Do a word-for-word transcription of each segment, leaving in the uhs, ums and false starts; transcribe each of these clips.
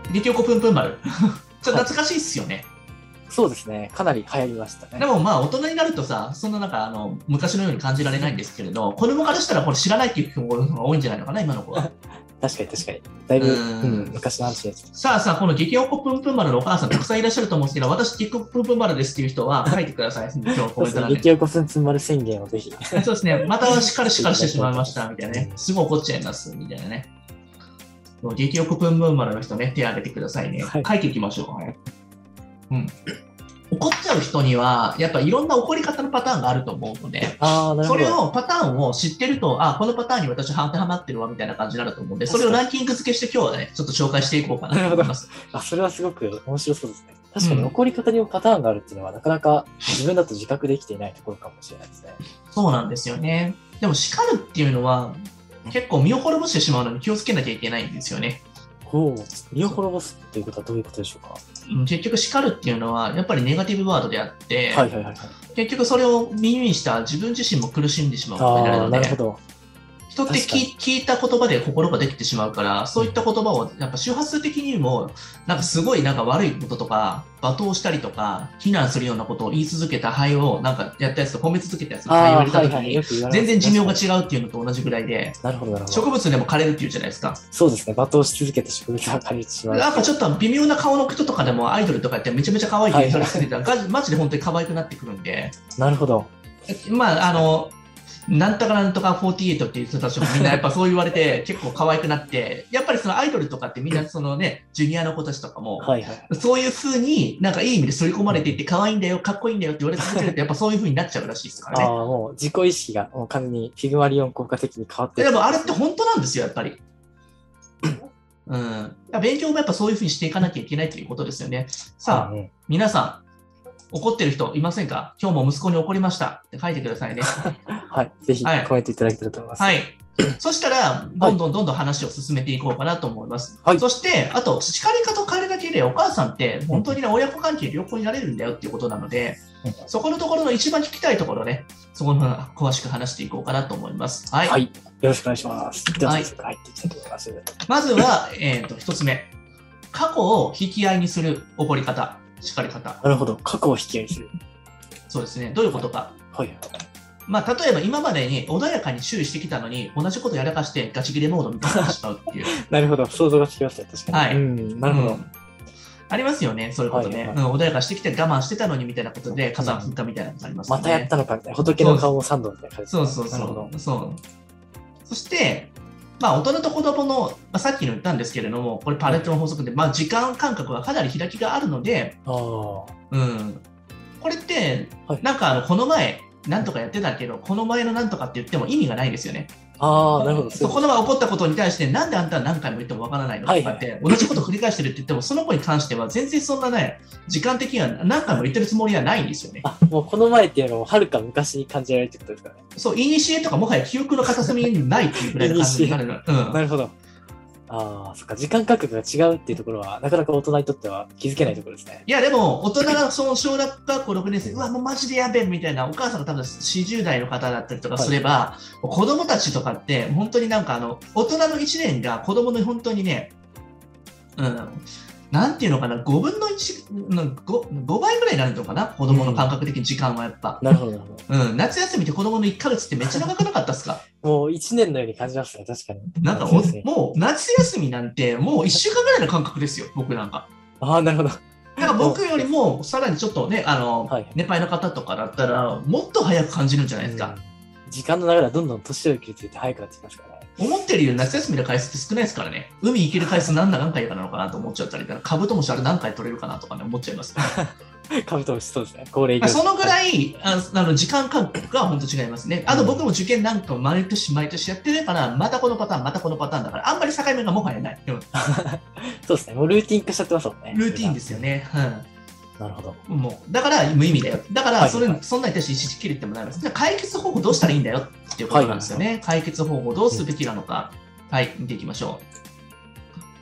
激おこぷんぷん丸。ちょっとはい。 懐かしいっすよね。 そうですね。かなり流行りましたね。 でもまあ大人になるとさ、そんななんかあの昔のように感じられないんですけれど、子供からしたらこれ知らないっていう人が多いんじゃないのかな、今の子は。 確かに確かに。だいうぶ、うん、 ーん。 昔の話です。 さあさあ、この激おこぷんぷん丸のお母さんたくさんいらっしゃると思うんですけど、私、激おこぷんぷん丸ですっていう人は書いてください。今日コそうですね。 メント欄で。 激おこぷんぷん丸宣言をぜひそうですね。またしっかりしっかりしてしまいました、 していただきたいと思います。 みたいなね。すごい怒っちゃいます、みたいなね。激おこぷんぷん丸の人ね、手を挙げてくださいね。 はい。 書いていきましょう。はい。うん。怒っちゃう人には、やっぱいろんな怒り方のパターンがあると思うので、 ああ、なるそれほど。 をパターンを知ってると、あ、このパターンに私当てはまってるわみたいな感じになると思うんで、それ確かに。 をランキング付けして今日はね、ちょっと紹介していこうかななるほど。 と思います。 あ、それはすごく面白そうですね。確かにうん。 怒り方にもパターンがあるっていうのはなかなか自分だと自覚できていないところかもしれないですね。 そうなんですよね。でも叱るっていうのは、結構身を滅ぼしてしまうのに気をつけなきゃいけないんですよね。 ほう、身を滅ぼすっていうことはどういうことでしょうか？ うん、結局叱るっていうのは、やっぱりネガティブワードであって、 はいはいはいはい。 結局それを耳にした自分自身も苦しんでしまうことになるああ、 ので、 なるほど。 人って確かに。 聞聞いた言葉で心ができてしまうから、 うん。 そういった言葉を、やっぱ周波数的にも、なんかすごいなんか悪いこととか、罵倒したりとか、非難するようなことを言い続けた肺を、なんかやったやつと褒め続けたやつの肺をああ、 入れたはいはい。 ときに、 よく言われま全然すね。 寿命が確かに。 違うっていうのと同じぐらいで、 なるほどなるほど。 植物でも枯れるっていうじゃないですか。 そうですね。罵倒し続けて植物が枯れてしまうっていう。 なんかちょっと微妙な顔の人とかでもアイドルとかやってめちゃめちゃ可愛いってはい言われはい。 てたら、マジで本当に可愛くなってくるんで、 なるほど。 まあ、あ確かに。 の、なんとかなんとかよんじゅうはちっていう人たちもみんなやっぱそう言われて結構可愛くなって、やっぱりそのアイドルとかってみんなそのね、ジュニアの子たちとかも、 はいはい。 そういう風になんかいい意味で刷り込まれていって可愛いんだよ、かっこいいんだよって言われ続けるとやっぱそういう風になっちゃうらしいですからね。 ああ、もう自己意識がもう完全にピグマリオン効果的に変わってるでもあれっってことですね。 て本当なんですよ、やっぱり。うん。勉強もやっぱそういう風にしていかなきゃいけないということですよね。さあ、 はいね。 皆さん、怒ってる人いませんか？今日も息子に怒りましたって書いてくださいね。 はい。ぜひはい。 コメントいただけたらと思います。 はい。そしたら、 はい。 どんどんどんどん話を進めていこうかなと思います。 はい。 そして、あと、叱り方を変えるだけで、お母さんってうんうん本当にね、親子関係良好になれるんだよっていうことなので、 うん。 そこのところの一番聞きたいところね、そこの詳しく話していこうかなと思います。はい。 はい。よろしくお願いします。でははい。 早速入っていきたいと思います。 まずは、えっと、一つ目。過去を引き合いにする怒り方、叱り方。 なるほど。過去を引き合いにする。 そうですね。どういうこはい。 とか。 はい。 まあ、例えば今までに穏やかに注意してきたのに、同じことやらかしてガチ切れモードみたいになってしまうっていう。 なるほど。想像がつきました。確かに。 はい。 うん。なるほど。 うん。ありますよね、そういうことね。 はいはい。 うん、穏やかしてきて我慢してたのにみたいなことで火山噴うん。 火みたいなのがありますまたやっよね。 たのかみたいな。仏のそう顔も三度みたいな感じですね。 そうそうなるほど。 そう。そう。そして、まあ、大人と子供の、まあ、さっきの言ったんですけれども、これパレットの法則で、まあ、時間感覚はかなり開きがあるので、 ああ。はうん。これって、 い。 なんかあの、この前、なんとかやってたけど、この前のなんとかって言っても意味がないですよね。 ああ、なるほど。そうそう、 いうことですね。 この前起こったことに対して、なんであんたは何回も言ってもわからないのはいはいはい。 とかって、同じことを繰り返してるって言っても、その子に関しては全然そんなね、時間的には何回も言ってるつもりはないんですよね。 あ、もうこの前っていうのをはるか昔に感じられるってことですかね。 そう、いにしえとかもはや記憶の片隅にないっていうぐらいの感じになるの。うん。 なるほど。ああ、そっか。時間感覚が違うっていうところは、なかなか大人にとっては気づけないところですね。 いや、でも、大人がその小学校ろくねん生、うわ、もうマジでやべえみたいな、お母さんが多分よんじゅう代の方だったりとかはい。 すれば、子供たちとかって、本当になんかあの、大人のいちねんが子供の本当にね、うん、なんていうのかな、ごぶんのいち、ご, ごばいぐらいになるのかな、子供の感覚的に時間はやっぱ。 なるほど、なるほど。 うん、夏休みって子供のいっかげつってめっちゃ長くなかったっすか？ もう一年のように感じますね、確かに。 なんかお夏休み。 もう夏休みなんてもういっしゅうかんぐらいの感覚ですよ、僕なんか。 ああ、なるほど。 なんかもう、 僕よりもさらにちょっとね、あの、 はい。 年配の方とかだったら、もっと早く感じるんじゃないですか。 うん。時間の流れはどんどん年を受けていて早くなってきますからね。 思ってるより夏休みの回数って少ないですからね。海行ける回数何何回かなのかなと思っちゃったり、カブトムシあれ何回取れるかなとかね、思っちゃいます。 カブトムシ、そうですね。恒例行事。 まあそのぐはい。 らい、ああの時間感覚が本当違いますね。あと僕うん。 も受験なんか毎年毎年やってるから、またこのパターン、またこのパターンだから、あんまり境目がもはやない。うん、 そうですね。もうルーティン化しちゃってますもんね。 ルーティンそれが。 ですよね。 なるほど。 うん、もうだから無意味だよ。だからそれ、 はいはいはい。 そんなに対して意識切れてもないです。じゃあ解決方法どうしたらいいんだよっていうことはいはいはい。 なんですよね。解決方法どううん。 すべきなのか。はい、見ていきましょう。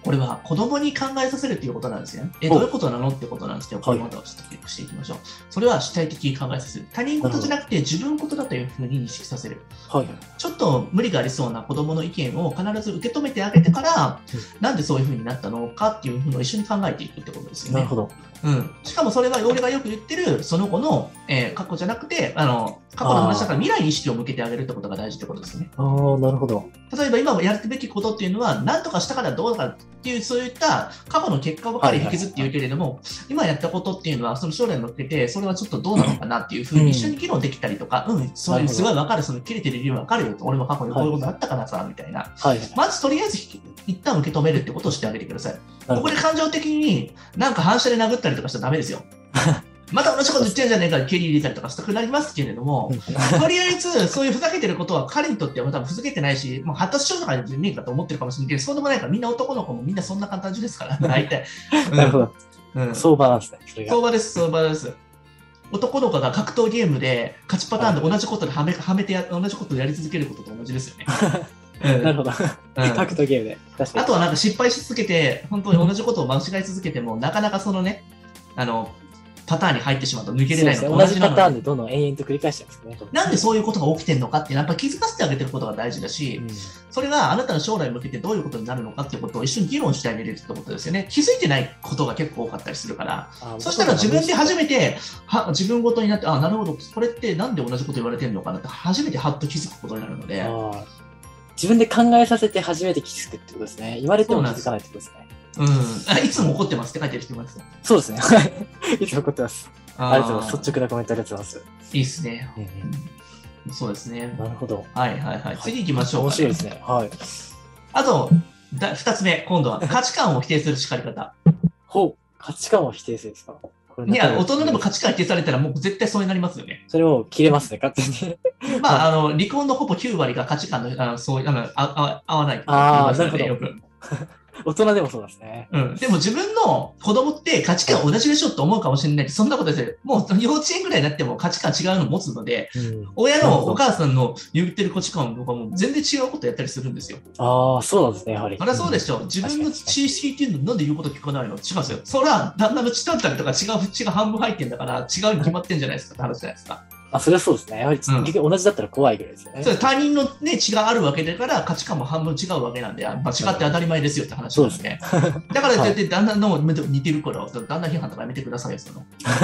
これは子供に考えさせるっていうことなんですよね。え、どういうことなのってことなんですけど、これまたちょっとチェックしていきましょう。それは主体的に考えさせる。他人事じゃなくて自分事だというふうに認識させる。 はい。 ちょっと無理がありそうな子供の意見を必ず受け止めてあげてから、うん、なんでそういうふうになったのかっていうのを一緒に考えていくってことですよね。 なるほど。 うん、しかもそれが俺がよく言ってるその子の、えー、過去じゃなくてあの過去の話だから未来に意識を向けてあげるってことが大事ってことですね。 ああ、なるほど。 例えば今やるべきことっていうのは何とかしたからどうだからっていうそういった過去の結果ばかり引きずって言うけれども、はいはいはい、今やったことっていうのはその将来に向けてそれはちょっとどうなのかなっていうふうに一緒に議論できたりとか、うん、うん、そういうすごい分かる、その切れてる理由分かるよと、俺も過去にこういうことあったからさ、はい、みたいな、はい、まずとりあえず一旦受け止めるってことをしてあげてください。ここで感情的になんか反射で殴ったりとかしたらダメですよ。また同じこと言ってるんじゃねえか蹴り入れたりとかしたくなりますけれども、とりあえずそういうふざけてることは彼にとっては多分ふざけてないし、もう発達症とかじゃねえかと思ってるかもしれないけど、そうでもないから、みんな男の子もみんなそんな感じですから、大体。 なるほど。うん、相場なんですね。それが相場です、相場です。男の子が格闘ゲームで勝ちパターンで同じことではめ、はめてや、同じことをやり続けることと同じですよね。 うん、なるほど。格闘ゲームで。 確かに。あとはなんか失敗し続けて、本当に同じことを間違い続けても、なかなかそのね、あの、パターンに入ってしまうと抜けれないのと同じパターンでどんどん延々と繰り返しちゃうんですね。 なんでそういうことが起きてるのかってやっぱ気づかせてあげてることが大事だし、うん、それがあなたの将来に向けてどういうことになるのかっていうことを一緒に議論してあげるってことですよね。気づいてないことが結構多かったりするから、そしたら自分で初めては自分ごとになって、あ、なるほど、これってなんで同じこと言われてるのかなって初めてハッと気づくことになるので、 自分で考えさせて初めて気づくってことですね。言われても気づかないってことですね。 うん、あいつも怒ってますって書いてる人います。 そうですね。いつも怒ってます。ありがとうございます。率直なコメントありがとうございます。 いいですね。うんうん、そうですね。 なるほど。 はいはいはい。次行きましょう、ね。 面白いですね。はい。 あと、だ二つ目、今度は価値観を否定する叱り方。 ほう、価値観を否定するんですか？ いや、大人でも価値観否定されたらもう絶対そうになりますよね。 それを切れますね、勝手に。 まあ、あの、離婚のほぼきゅう割が価値観の、あのそうあのああ合わない。 ああ、なるほど。よく大人でもそうですね。 うん。でも自分の子供って価値観同じでしょって思うかもしれないけど、そんなことですよ。もう幼稚園ぐらいになっても価値観違うの持つので、うん、親のお母さんの言ってる価値観とかも全然違うことやったりするんですよ。 ああ、そうなんですね、やはり。 あらそうでしょ。自分の血引いてるのなんで言うこと聞かないの？違うんですよ。それは旦那の血だったりとか違う血が半分入ってんだから違うに決まってんじゃないですかって話じゃないですか。 あ、それはそうですね。やはり、うん、結局同じだったら怖いぐらいですよね。 それ他人の、ね、血があるわけだから価値観も半分違うわけなんで、間違って当たり前ですよって話なんで。だからといって旦那の似てるから、旦那批判とかやめてくださいよ、その。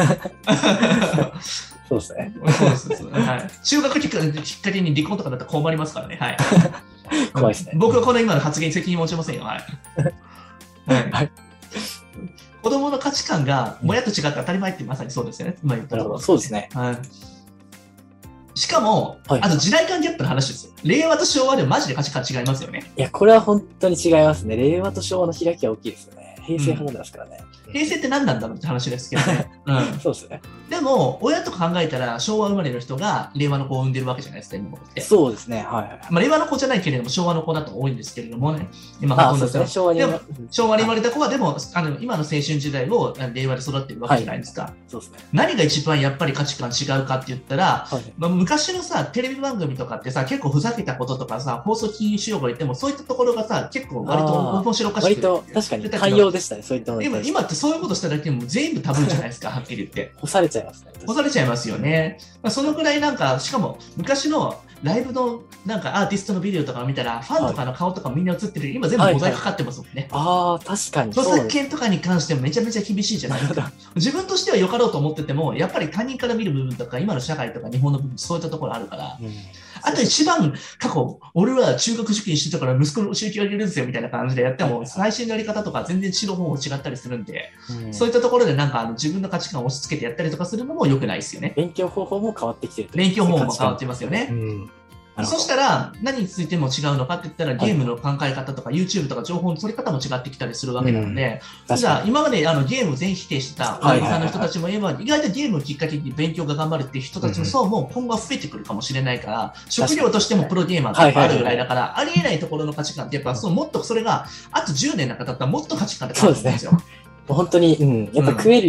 そうですね。 そうです。はい。中学きっかけに離婚とかだったら困りますからね。はい。 怖いですね。 僕はこの今の発言に責任持ちませんよ。はい。はいはい、子供の価値観が親と違って当たり前ってまさにそうですよね。今言ったところ、ね。 そうですね。 はい。しかも、はい、あと時代間ギャップの話ですよ。令和と昭和でマジで価値観違いますよね。 いや、これは本当に違いますね。令和と昭和の開きは大きいですよね。平成派なんですからね。 うん、平成って何なんだろうって話ですけどね。 うん、そうですね。 でも、親と考えたら昭和生まれの人が令和の子を産んでるわけじゃないですか、今の子って。 そうですね。はい、はい。 まあ、令和の子じゃないけれども、昭和の子だと多いんですけれどもね。今、 ほとんどですね。昭和にでも昭和に生まれた子は、でも、あの今の青春時代を令和で育ってるわけじゃないですか。はい、 そうですね。 何が一番やっぱり価値観違うかって言ったら、はい、まあ、昔のさ、テレビ番組とかってさ、結構ふざけたこととかさ、放送禁止用語言っても、そういったところがさ、結構割と面白おかしくて。 割と、確かに寛容でしたね、そういったもの。 今、今ってそういうことしただけでも全部タブーじゃないですか、はっきり言って。 干されちゃいますね。 干されちゃいますよね。まあ、そのくらいなんか、しかも昔のライブのなんかアーティストのビデオとかを見たら、ファンとかの顔とかみんな映ってる、今全部モザイクかかってますもんね。 はいはい、ああ、確かに。 著作権とかに関してもめちゃめちゃ厳しいじゃないですか。自分としてはよかろうと思ってても、やっぱり他人から見る部分とか、今の社会とか日本の部分、そういったところあるから。うん、あと一番過去、俺は中学受験してたから息子の教えてあげるんですよみたいな感じでやっても、最新のやり方とか全然指導方法違ったりするんで、うん、そういったところでなんかあの自分の価値観を押し付けてやったりとかするのも良くないですよね。 勉強方法も変わってきてる。 勉強方法も変わってますよね。うん、そしたら何についても違うのかって言ったら、ゲームの考え方とか YouTube とか情報の取り方も違ってきたりするわけなので、うん、じゃあ今まであのゲームを全否定してた親御さんの人たちも言えば、意外とゲームをきっかけに勉強が頑張るっていう人たちの層も今後は増えてくるかもしれないから、職業としてもプロゲーマーとかあるぐらいだから、ありえないところの価値観ってやっぱそうもっとそれがあとじゅうねんなんか経ったらもっと価値観って変わるんですよ。 本当に、うん、やっぱ食えるように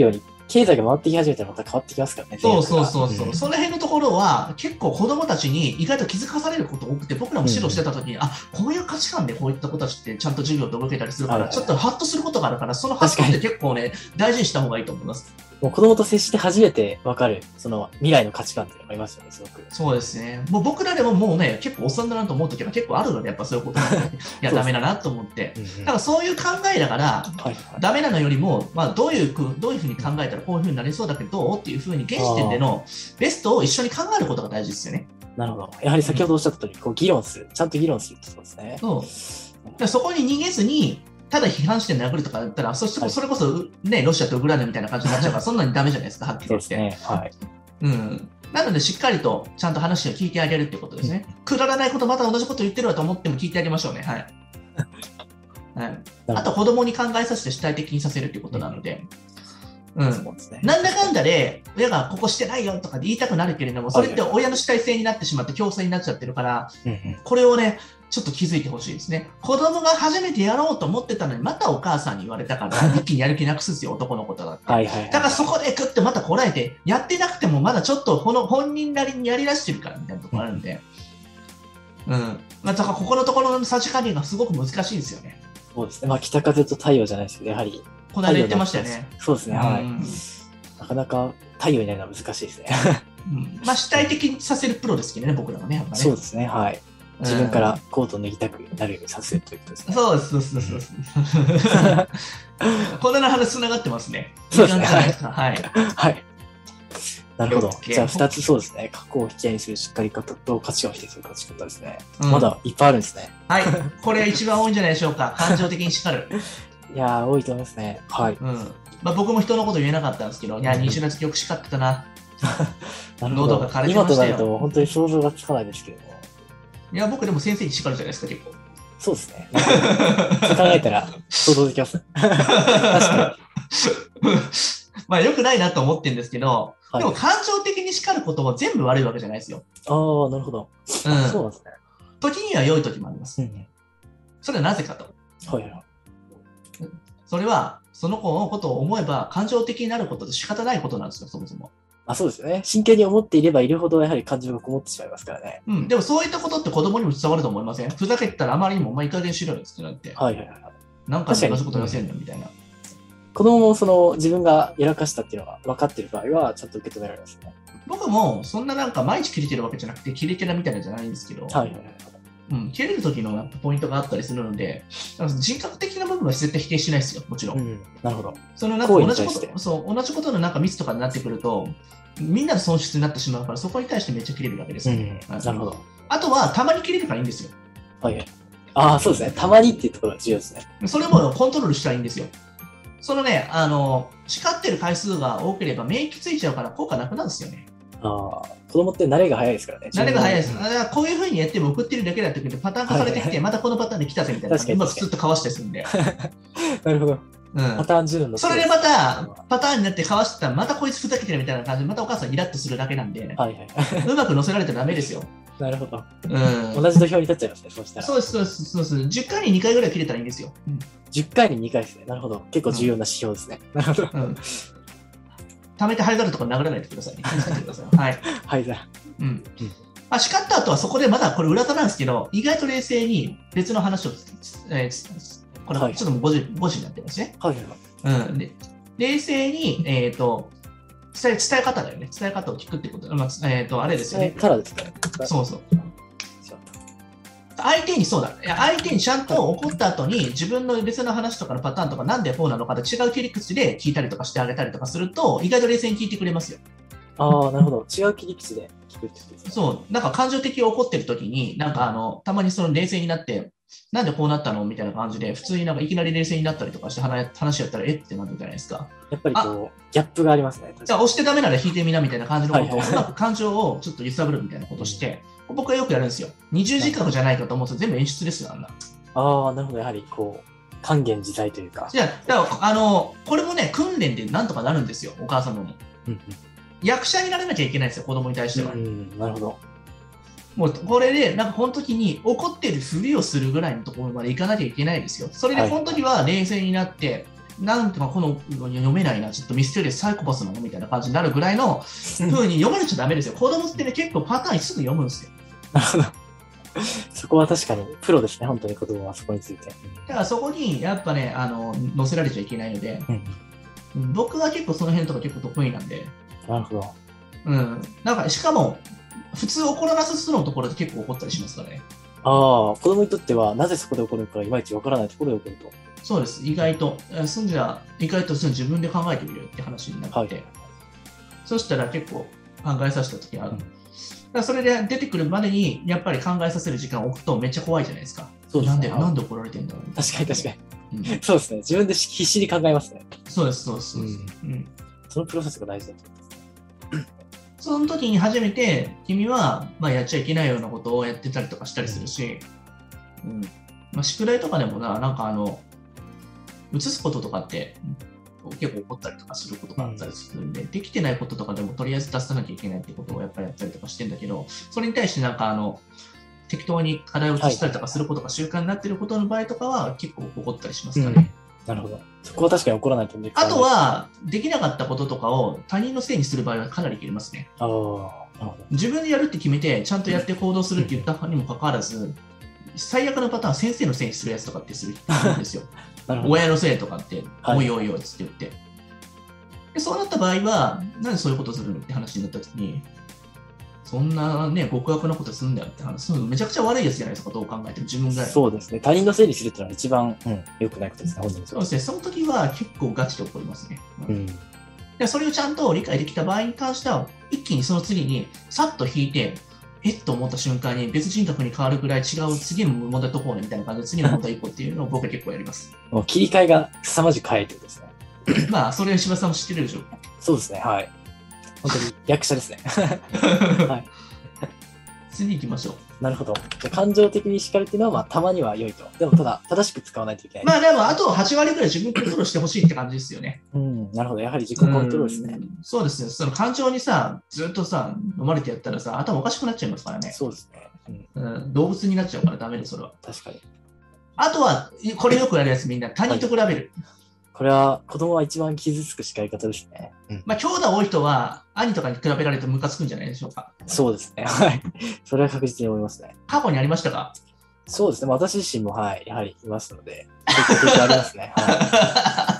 経済が回ってき始めたらまた変わってきますからね。 そうそうそうそう、 うん、 その辺のところは結構子どもたちに意外と気づかされること多くて、僕らも指導してた時に、うん、あ、こういう価値観でこういった子たちってちゃんと授業と動けたりするから、はいはい、ちょっとハッとすることがあるから、そのハッとって結構ね、大事にした方がいいと思います。 もう子供と接して初めて分かる、その未来の価値観っていうのがありますよね、すごく。 そうですね。もう僕らでももうね、結構おっさんだなと思う時は結構あるので、やっぱそういうことなんで、いや、ダメだなと思って。うんうん、だからそういう考えだから、はいはい、ダメなのよりも、まあ、どういう、どういうふうに考えたらこういうふうになりそうだけど、どうっていうふうに、現時点でのベストを一緒に考えることが大事ですよね。 なるほど。やはり先ほどおっしゃった通り、こう議論する。ちゃんと議論するってことですね。 そう。そこに逃げずに、ただ批判して殴るとかだったら、そ, それこそ、ね、ロシアとウクライナみたいな感じになっちゃうから、そんなにダメじゃないですか、はっきり言って。そうですね。はい。うん。なので、しっかりとちゃんと話を聞いてあげるっていうことですね。くだらないこと、また同じこと言ってるわと思っても聞いてあげましょうね。はい。はい、あと、子供に考えさせて主体的にさせるっていうことなので。うん。うんね、なんだかんだで、親がここしてないよとかで言いたくなるけれども、それって親の主体性になってしまって強制になっちゃってるから、これをね、ちょっと気づいてほしいですね。子供が初めてやろうと思ってたのに、またお母さんに言われたから、一気にやる気なくすんですよ、男の子とだって。はいはいはい、だからそこでグッてまたこらえて、やってなくてもまだちょっとこの本人なりにやり出してるからみたいなところあるんで。うん。まあ、だからここのところのさじ加減がすごく難しいんですよね。 そうですね。まあ、北風と太陽じゃないですけど、やはり。 この間言ってましたよね。 そうですね。はい。なかなか太陽になるのは難しいですね。 うん、まあ、主体的にさせるプロですけどね、僕らはね。やっぱねそうですね。はい。自分からコートを脱ぎたくなるようにさせるということですね。 そうです、そうです、そうです。こんな話つながってますね。 そうですね。はい。はい。なるほど。じゃあふたつそうですね。過去を引き合いにするしっかり方と価値観を否定する勝ち方ですね。うん、まだいっぱいあるんですね。 はい。これ一番多いんじゃないでしょうか。感情的に叱る。 いやー、多いと思いますね。はい。 うんまあ、僕も人のこと言えなかったんですけど、いや、西夏よく叱ってたな。 なるほど。 喉が枯れてましたよ。 今となると本当に想像がつかないですけども。 いや、僕でも先生に叱るじゃないですか、結構。 そうですね。そう考えたら想像できます。確かに。まあ、良くないなと思ってるんですけど、はい、でも感情的に叱ることも全部悪いわけじゃないですよ。 ああ、なるほど。うん、そうなんですね。 時には良い時もあります。うん、それはなぜかと。 はいはい。 それは、その子のことを思えば感情的になることで仕方ないことなんですよ、そもそも。 あ、そうですよね。真剣に思っていればいるほど、やはり感情がこもってしまいますからね。 うん。でもそういったことって子供にも伝わると思いません？ふざけてたらあまりにもお前いい加減しろよってなって。 はいはいはい。 なんか同じこと言わせんのみたいな。 子供もその自分がやらかしたっていうのが分かっている場合は、ちゃんと受け止められますね。 僕もそんななんか毎日切れてるわけじゃなくて、キレキャラみたいなじゃないんですけど。はいはいはい。うん、切れる時のやっぱポイントがあったりするので、人格的な部分は絶対否定しないですよ、もちろん。うん、 なるほど。 そのなんか同じこと、そう同じことのなんかミスとかになってくると、みんなの損失になってしまうから、そこに対してめっちゃ切れるわけですよ。うん、 なるほど。 あとは、たまに切れるからいいんですよ。 はい。ああ、そうですね。たまにっていうところが重要ですね。 それもコントロールしたらいいんですよ。そのね、あの、叱ってる回数が多ければ免疫ついちゃうから効果なくなるんですよね。 ああ、子供って慣れが早いですからね。 慣れが早いです。だからこういうふうにやっても送ってるだけだってくるパターン化されてきて、またこのパターンで来たぜみたいな。うまくずっとかわしてすんで。 なるほど。うん、パターン順の。 それでまたパターンになってかわしてたら、またこいつふざけてるみたいな感じで、またお母さんイラッとするだけなんで、はいはい、うまく乗せられてダメですよ。 なるほど。うん、同じ土俵に立っちゃいますね、そうしたら。 そうです、そうです、そうです。じゅっかいににかいぐらい切れたらいいんですよ。うん、 じゅっかいににかいですね。なるほど。結構重要な指標ですね。うん、なるほど。うん溜めて灰皿とか殴らないでくださいね。気をつけてください。はい。 灰皿。 うん。まあ、叱った後はそこでまだこれ裏技なんですけど、意外と冷静に別の話を、えー、これちょっともうごじ、ごじになってますね。 はいはい。 うん。で冷静に、えっと、伝え、伝え方だよね。伝え方を聞くってこと。まあ、えっと、あれですよね。 からですね。 そうそう。相手にそうだ。相手にちゃんと怒った後に自分の別の話とかのパターンとかなんでこうなのかで違う切り口で聞いたりとかしてあげたりとかすると意外と冷静に聞いてくれますよ。 ああ、なるほど。違う切り口で聞くってことですね。 そう。なんか感情的に怒ってる時に、なんかあの、たまにその冷静になって、なんでこうなったのみたいな感じで、普通になんかいきなり冷静になったりとかして話やったら、えってなるじゃないですか。 やっぱりこう、ギャップがありますね。 じゃあ押してダメなら引いてみなみたいな感じのことを、うまく感情をちょっと揺さぶるみたいなことをして、僕はよくやるんですよ。二重自覚じゃないかと思うと全部演出ですよ、あんな。 ああ、なるほど。やはりこう、還元自在というか。 じゃあ、だからあの、これもね、訓練でなんとかなるんですよ、お母様も。うんうん、役者にならなきゃいけないんですよ、子供に対しては。 うん、なるほど。 もうこれで、なんかこの時に怒ってるふりをするぐらいのところまでいかなきゃいけないですよ。それでこの時は冷静になって、 なんとかこの読めないな、ちょっとミステリアスサイコパスなのみたいな感じになるぐらいの風に読まれちゃダメですよ。子供ってね、結構パターンすぐ読むんですよ。 なるほど。そこは確かにプロですね、本当に子供はそこについて。 だからそこにやっぱね、あの載せられちゃいけないので、うん、僕は結構その辺とか結構得意なんで。 なるほど。 うん。なんかしかも、普通怒らなさそうなところで結構怒ったりしますからね。 ああ、子供にとってはなぜそこで怒るのかいまいちわからないところで怒ると。 そうです。意外と。住んじゃ、意外と自分で考えてみるよって話になって、はい、そしたら結構考えさせたときある。うん、だからそれで出てくるまでにやっぱり考えさせる時間を置くとめっちゃ怖いじゃないですか。 そうですね、 なんで、なんで怒られてんだろう。 確かに確かに。うん、そうですね。自分で必死に考えますね。 そうです、そうです。うんうん、そのプロセスが大事だと思います。 その時に初めて君は、まあ、やっちゃいけないようなことをやってたりとかしたりするし、うんまあ、宿題とかでもな、なんかあの、移すこととかって結構起こったりとかすることがあったりするんで、うん、できてないこととかでもとりあえず出さなきゃいけないってことをやっぱりやったりとかしてんだけど、それに対してなんかあの、適当に課題を移したりとかすることが習慣になっていることの場合とかは結構起こったりしますかね。うんなるほど。そこは確かに起こらないと思う。 あとは、できなかったこととかを他人のせいにする場合はかなり切れますね。 ああ。 自分でやるって決めて、ちゃんとやって行動するって言ったにもかかわらず、最悪のパターン、先生のせいにするやつとかってするんですよ。親のせいとかって、はい、おいおいおいって言って。でそうなった場合は、なんでそういうことするのって話になったときに、そんなね、極悪なことするんだよって話、めちゃくちゃ悪いやつじゃないですか、どう考えても自分が。 そうですね。他人のせいにするっていうのは一番、うん、良くないことですね、本人に。 そうですね。その時は結構ガチで起こりますね。 うん。 でそれをちゃんと理解できた場合に関しては、一気にその次にさっと引いて、えっと思った瞬間に別人格に変わるぐらい違う次の問題とこうねみたいな感じで次の問題以降っていうのを僕は結構やります。 もう切り替えが凄まじく早いってことですね。 まあ、それは柴さんも知ってるでしょう。 そうですね、はい。本当に役者ですね。はい。 次行きましょう。 なるほど。じゃ感情的に叱るっていうのは、まあ、たまには良いと。でも、ただ、正しく使わないといけない。 まあ、でも、あとはち割ぐらい自分コントロールしてほしいって感じですよね。 うん、なるほど。やはり自己コントロールですね。 そうですね。その感情にさ、ずっとさ、飲まれてやったらさ、頭おかしくなっちゃいますからね。 そうですね。 うんうん、動物になっちゃうからダメです、それは。 確かに。 あとは、これよくやるやつみんな、他人と比べる。はい、 これは、子供は一番傷つく叱り方ですね。 うん、まあ、兄弟多い人は、兄とかに比べられるとムカつくんじゃないでしょうか。 そうですね。はい。それは確実に思いますね。 過去にありましたか？ そうですね。私自身も、はい、やはりいますので、結構ありますね。はい、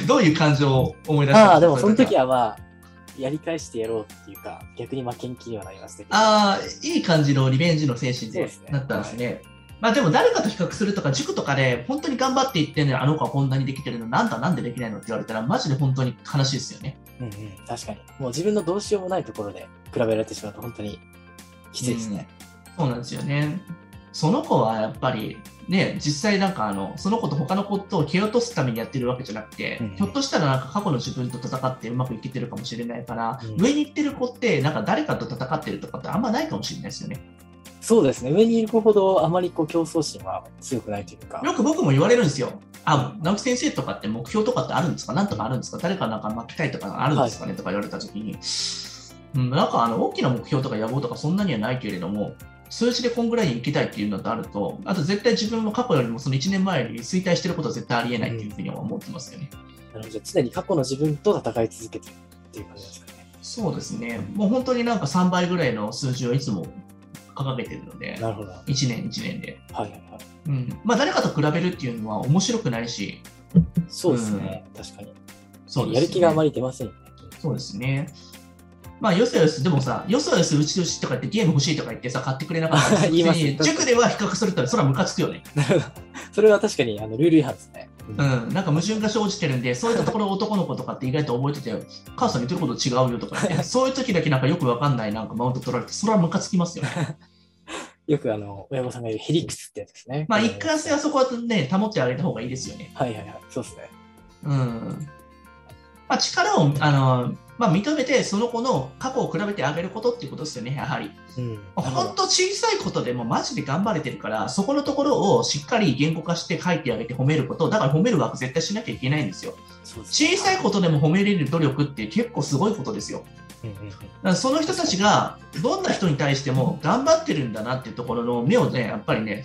どういう感情を思い出したんですか？ ああ、でもその時はまあ、やり返してやろうっていうか、逆に負けん気にはなりましたけど。 ああ、いい感じのリベンジの精神でなったんですね。はい、まあでも誰かと比較するとか塾とかで本当に頑張っていってんのにあの子はこんなにできてるのなんだなんでできないのって言われたらマジで本当に悲しいですよね。 うんうん、確かに。もう自分のどうしようもないところで比べられてしまうと本当にきついですね。 うん、そうなんですよね。その子はやっぱりね、実際なんかあの、その子と他の子と蹴落とすためにやってるわけじゃなくて、うんうん、ひょっとしたらなんか過去の自分と戦ってうまくいけてるかもしれないから、うん、上に行ってる子ってなんか誰かと戦ってるとかってあんまないかもしれないですよね。 そうですね。上にいる子ほどあまりこう競争心は強くないというか。 よく僕も言われるんですよ。あ、直木先生とかって目標とかってあるんですか？なんとかあるんですか？誰かなんか負けたいとかあるんですかね、はい、とか言われたときに、うん、なんかあの大きな目標とか野望とかそんなにはないけれども、数字でこんぐらいに行きたいっていうのとあると、あと絶対自分も過去よりもそのいちねんまえより衰退してることは絶対ありえないっていうふうには思ってますよね。 うん、なるほど。常に過去の自分と戦い続けてるっていう感じですかね。 そうですね。もう本当になんかさんばいぐらいの数字をいつも掲げてるので、 なるほど。 いちねんいちねんで。 はいはいはい。 うん。まあ誰かと比べるっていうのは面白くないし。 そうですね。うん、確かに。 そうですね。 やる気があまり出ませんよね。 そうですね。まあよそよそ、でもさ、よそよそうちうちとか言ってゲーム欲しいとか言ってさ、買ってくれなかったら、言いますね。塾では比較すると、それはムカつくよね。 それは確かにあのルール違反ですね。 うん、なんか矛盾が生じてるんで、そういったところ男の子とかって意外と覚えてて、母さん言ってること違うよとか言って、そういう時だけなんかよくわかんないなんかマウント取られて、それはムカつきますよね。 よくあの親御さんが言うヘリクスってやつですね。 まあ一貫性はそこはね、保ってあげた方がいいですよね。 はいはいはい、そうですね。 うん。まあ力を、あの、まあ、認めてその子の過去を比べてあげることっていうことですよね、やはり。 うん、 本当小さいことでもマジで頑張れてるから、そこのところをしっかり言語化して書いてあげて褒めること、だから褒める枠絶対しなきゃいけないんですよ。 そうですね、 小さいことでも褒めれる努力って結構すごいことですよ。 うんうんうん、だからその人たちがどんな人に対しても頑張ってるんだなっていうところの目をね、やっぱりね、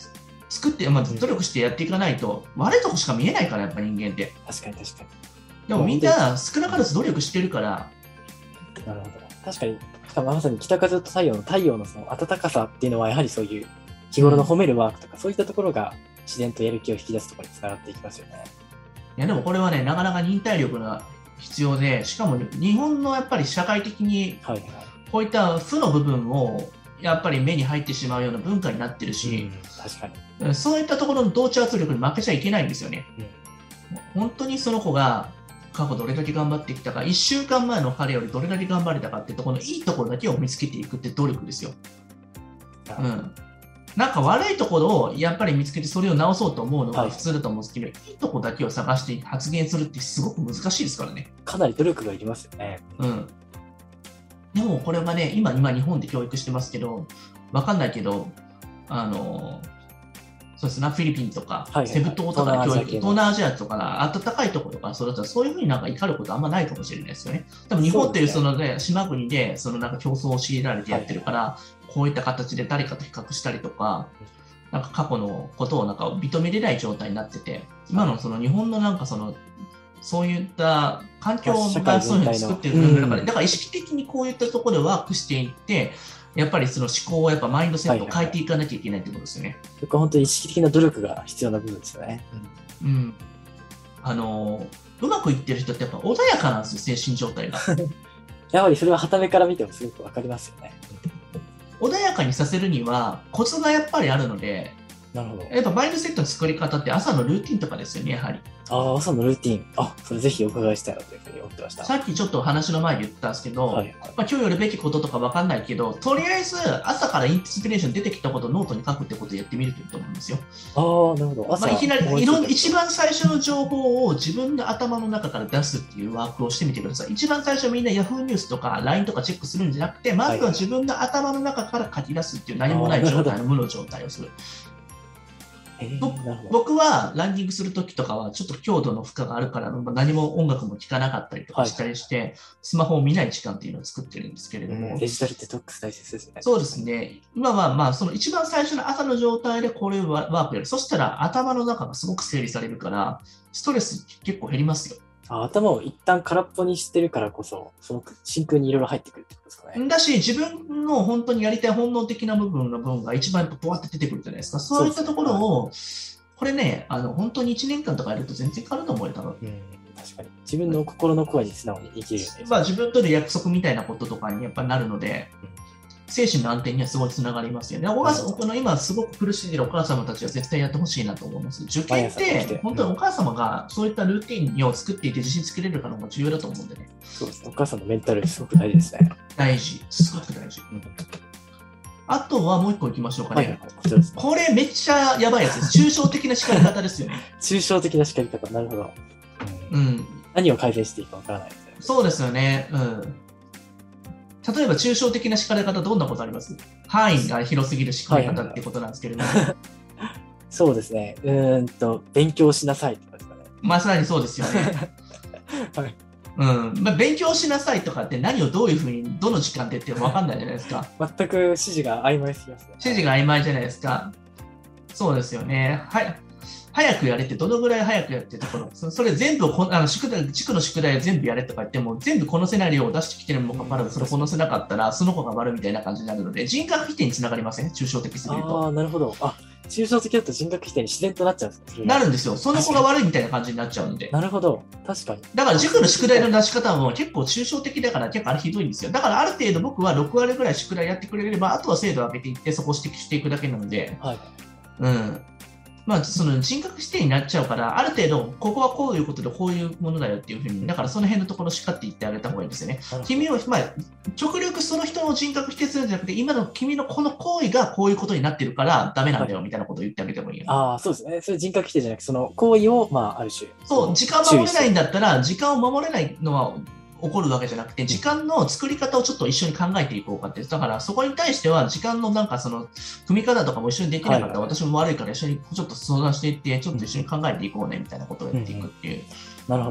作って、まあ、努力してやっていかないと、うん、悪いとこしか見えないから、やっぱ人間って。 確かに確かに。 でもみんな少なからず努力してるから。 なるほど。確かに、しかもまさに北風と太陽の太陽のその暖かさっていうのは、やはりそういう日頃の褒めるワークとか、うん、そういったところが自然とやる気を引き出すところにつながっていきますよね。 いやでもこれはね、なかなか忍耐力が必要で、しかも日本のやっぱり社会的にこういった負の部分をやっぱり目に入ってしまうような文化になってるし、 うん、確かにそういったところの同調圧力に負けちゃいけないんですよね。うん、本当にその子が過去どれだけ頑張ってきたか、いっしゅうかんまえの彼よりどれだけ頑張れたかっていうところのいいところだけを見つけていくって努力ですよ。うん、なんか悪いところをやっぱり見つけてそれを直そうと思うのが普通だと思うんですけど、はい、いいところだけを探して発言するってすごく難しいですからね。 かなり努力がいりますよね。 うん。でもこれがね、今、今日本で教育してますけど、わかんないけど、あの、そうですね、フィリピンとか、はいはいはい、セブ島とかで教育、東南アジアとか、暖かいところとか、それだとそういうふうになんか怒ることあんまないかもしれないですよね。多分日本っていうその、ね、島国で、そのなんか競争を強いられてやってるから、はい、こういった形で誰かと比較したりとか、なんか過去のことをなんか認めれない状態になってて、今のその日本のなんかその、そういった環境がそういうふうに作ってる部分だから、だから意識的にこういったところでワークしていって、やっぱりその思考をやっぱマインドセットを変えていかなきゃいけないってことですよね。はいはいはい、 それから本当に意識的な努力が必要な部分ですよね。 うん。うん、あの、うまくいってる人ってやっぱ穏やかなんですよ、精神状態が。 やはりそれは傍目から見てもすごくわかりますよね。 穏やかにさせるにはコツがやっぱりあるので、 なるほど。 やっぱマインドセットの作り方って朝のルーティンとかですよね、やはり。 ああ、朝のルーティン。あ、それぜひお伺いしたいなというふうに思ってました。 さっきちょっと話の前に言ったんですけど、はいはい、まあ、今日やるべきこととかわかんないけど、とりあえず朝からインスピレーション出てきたことをノートに書くってことをやってみるといいと思うんですよ。 ああ、なるほど。 朝、まあ、いきなりいろんな一番最初の情報を自分の頭の中から出すっていうワークをしてみてください。一番最初みんな Yahoo ニュースとか ライン とかチェックするんじゃなくて、まずは自分の頭の中から書き出すっていう何もない状態の無の状態をする。えー、僕はランニングするときとかはちょっと強度の負荷があるから何も音楽も聴かなかったりとかしたりして、はい、スマホを見ない時間っていうのを作ってるんですけれども、 うん、デジタルデトックス大切ですね。 そうですね。今はまあその一番最初の朝の状態でこれをワークやる。そしたら頭の中がすごく整理されるからストレス結構減りますよ。 あ、頭を一旦空っぽにしてるからこそ、その真空にいろいろ入ってくるってことですかね。 だし、自分の本当にやりたい本能的な部分の部分が一番ボワって出てくるじゃないですか。そういったところを、これね、あの本当にいちねんかんとかやると全然変わると思うよ、多分。 うん、確かに。自分の心の声に素直に生きるよね。 まあ自分との約束みたいなこととかにやっぱりなるので、うん、精神の安定にはすごいつながりますよね。お母さん、この今すごく苦しんでるお母様たちは絶対やってほしいなと思います。受験って本当にお母様がそういったルーティンを作っていて自信つけれるかのも重要だと思うんでね。 そうですね。お母さんのメンタルすごく大事ですね。 大事。すごく大事。うん、あとはもう一個いきましょうかね。はいはい、こ, ねこれめっちゃやばいやつです。抽象的な叱り方ですよね。 抽象的な叱り方、なるほど。 うん。 何を改善していいかわからないですね。 そうですよね。うん。例えば抽象的な叱り方どんなことあります？範囲が広すぎる叱り方ってことなんですけれども。 そうですね。うーんと、勉強しなさいとかですかね。 まさにそうですよね。はい。うんまあ、勉強しなさいとかって何をどういうふうにどの時間でって分かんないじゃないですか。 全く指示が曖昧すぎますね。 指示が曖昧じゃないですか。そうですよね。はい。早くやれってどのぐらい早くやってところ、それ全部こあの宿題、地区の宿題を全部やれとか言っても全部こなせない量を出してきてるにもかかわらずそれをこなせなかったらその子が悪いみたいな感じになるので人格否定につながりません、抽象的すぎると。 ああ、なるほど。あ、抽象的だと人格否定に自然となっちゃうんですか？ なるんですよ。その子が悪いみたいな感じになっちゃうんで。 なるほど。確かに。 だから塾の宿題の出し方も結構抽象的だから結構あれひどいんですよ。だからある程度僕はろくわりぐらい宿題やってくれればあとは精度を上げていってそこを指摘していくだけなので。はい。うん。まあ、その人格否定になっちゃうから、ある程度、ここはこういうことでこういうものだよっていうふうに、だからその辺のところを叱って言ってあげた方がいいんですよね。君を、まあ、極力その人の人格否定するんじゃなくて、今の君のこの行為がこういうことになってるからダメなんだよみたいなことを言ってあげてもいいよ、ね。 ああ、そうですね。それ人格否定じゃなくて、その行為を、まあ、ある種。 そう、時間を守れないんだったら、時間を守れないのは、起こるわけじゃなくて時間の作り方をちょっと一緒に考えていこうかって。だからそこに対しては時間のなんかその組み方とかも一緒にできなかったら、はい、私も悪いから一緒にちょっと相談していってちょっと一緒に考えていこうねみたいなことをやっていくっていう、 うんうん、なるほど。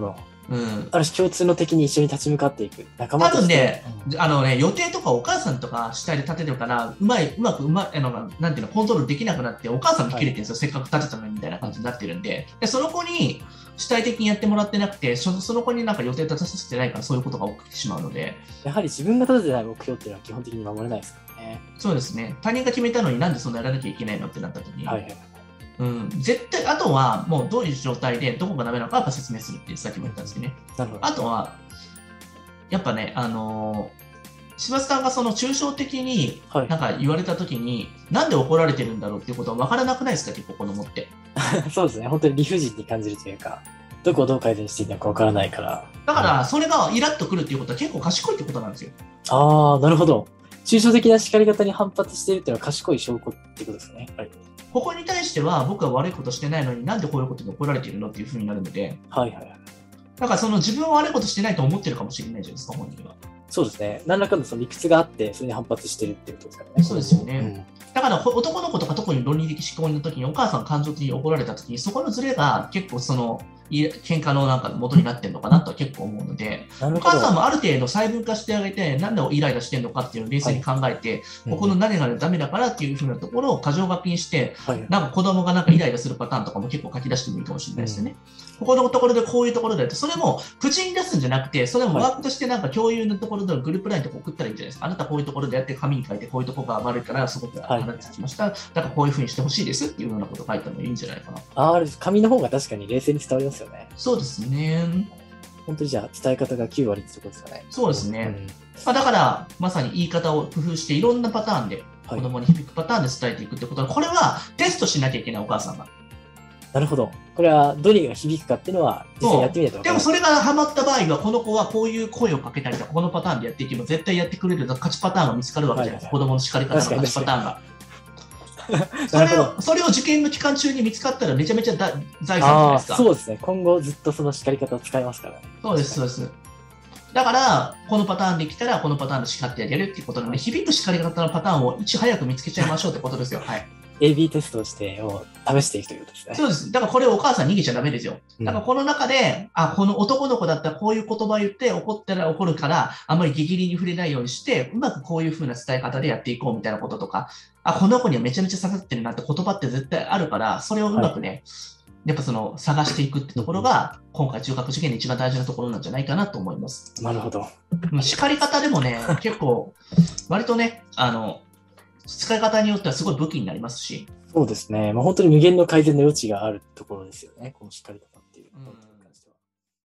うん。 ある種共通の敵に一緒に立ち向かっていく仲間多として。 分ね、 うんあのね、予定とかお母さんとか主体で立ててるから、うまい、うまく、うまい、あの、なんていうの、コントロールできなくなって、お母さんも切れてるんですよ。せっかく立てたのにみたいな感じになってるんで。で、その子に主体的にやってもらってなくて、そその子になんか予定立たせてないから、そういうことが起きてしまうので、 やはり自分が立ててない目標っていうのは基本的に守れないですからね。 そうですね。他人が決めたのになんでそんなやらなきゃいけないのってなった時に、 はいはい。 うん、絶対、あとはもうどういう状態でどこがダメなのかやっぱ説明するってさっきも言ったんですけどね。 なるほど。 あとは、やっぱね、あのー柴田さんがその抽象的にはいなんか言われたときに、なんで怒られてるんだろうっていうことは分からなくないですか、結構子供って。 そうですね。本当に理不尽に感じるというか、どこをどう改善していいのかわからないから。 だから、それがイラッとくるっていうことは結構賢いってことなんですよ。 ああ、なるほど。抽象的な叱り方に反発しているっていうのは賢い証拠ってことですね。はい。 ここに対しては僕は悪いことしてないのになんでこういうことで怒られているのっていうふうになるので、 はいはいはい。 だからその自分は悪いことしてないと思ってるかもしれないじゃないですか、本人は。 そうですね。何らかのその理屈があって、それに反発してるっていうことですからね。 そうですよね。 うんだからほ男の子とか特に論理的思考の時にお母さん感情的に怒られた時にそこのズレが結構そのい喧嘩のなんか元になってるのかなとは結構思うので、 なるほど。 お母さんもある程度細分化してあげてなんでイライラしてるのかっていうのを冷静に考えて、ここの何がダメだからっていうふうなところを箇条書きにしてはいはい。 なんか子供がなんかイライラするパターンとかも結構書き出してもいいかもしれないですよね。ここのところでこういうところでそれも口に出すんじゃなくて、それもワークとしてなんか共有のところでグループラインとか送ったらいいんじゃないですか。あなたこういうところでやって紙に書いてこういうところが悪いからそこがはい話してきました。だからこういうふうにしてほしいですっていうようなことを書いたのがいいんじゃないかな。 ああ、紙の方が確かに冷静に伝わりますよね。 そうですね。 本当にじゃあ伝え方がきゅう割ってところですかね。 そうですね。 うんまあ、だから、まさに言い方を工夫していろんなパターンではい子供に響くパターンで伝えていくってことは、これはテストしなきゃいけないお母さんが。 なるほど。これはどれが響くかっていうのは実際にやってみないと分からない。 でもそれがハマった場合は、この子はこういう声をかけたりとか、このパターンでやっていけば絶対やってくれる勝ちパターンが見つかるわけじゃないですか。 はいはい子供の叱り方の勝ちパターンが。そなるほど。 れを、それを受験の期間中に見つかったらめちゃめちゃだ財産じゃないああ、 ですか。 そうですね。今後ずっとその叱り方を使いますからね。 そうです、そうです。だから、このパターンできたら、このパターンで叱ってあげるっていうことなので、響く叱り方のパターンをいち早く見つけちゃいましょうってことですよ。はい。 エービー テストをしてを試していくということですね。 そうです。だからこれをお母さん逃げちゃダメですよ。だからこの中で、あ、この男の子だったらこういう言葉を言って怒ったら怒るから、あんまり激励に触れないようにして、うまくこういう風な伝え方でやっていこうみたいなこととか、あ、この子にはめちゃめちゃ刺さってるなって言葉って絶対あるから、それをうまくね、やっぱその探していくってところが、今回中学受験で一番大事なところなんじゃないかなと思います。 なるほど。 まあ叱り方でもね、結構、割とね、あの、使い方によってはすごい武器になりますし。 そうですね。まあ、本当に無限の改善の余地があるところですよね。この叱り方っていう。 うん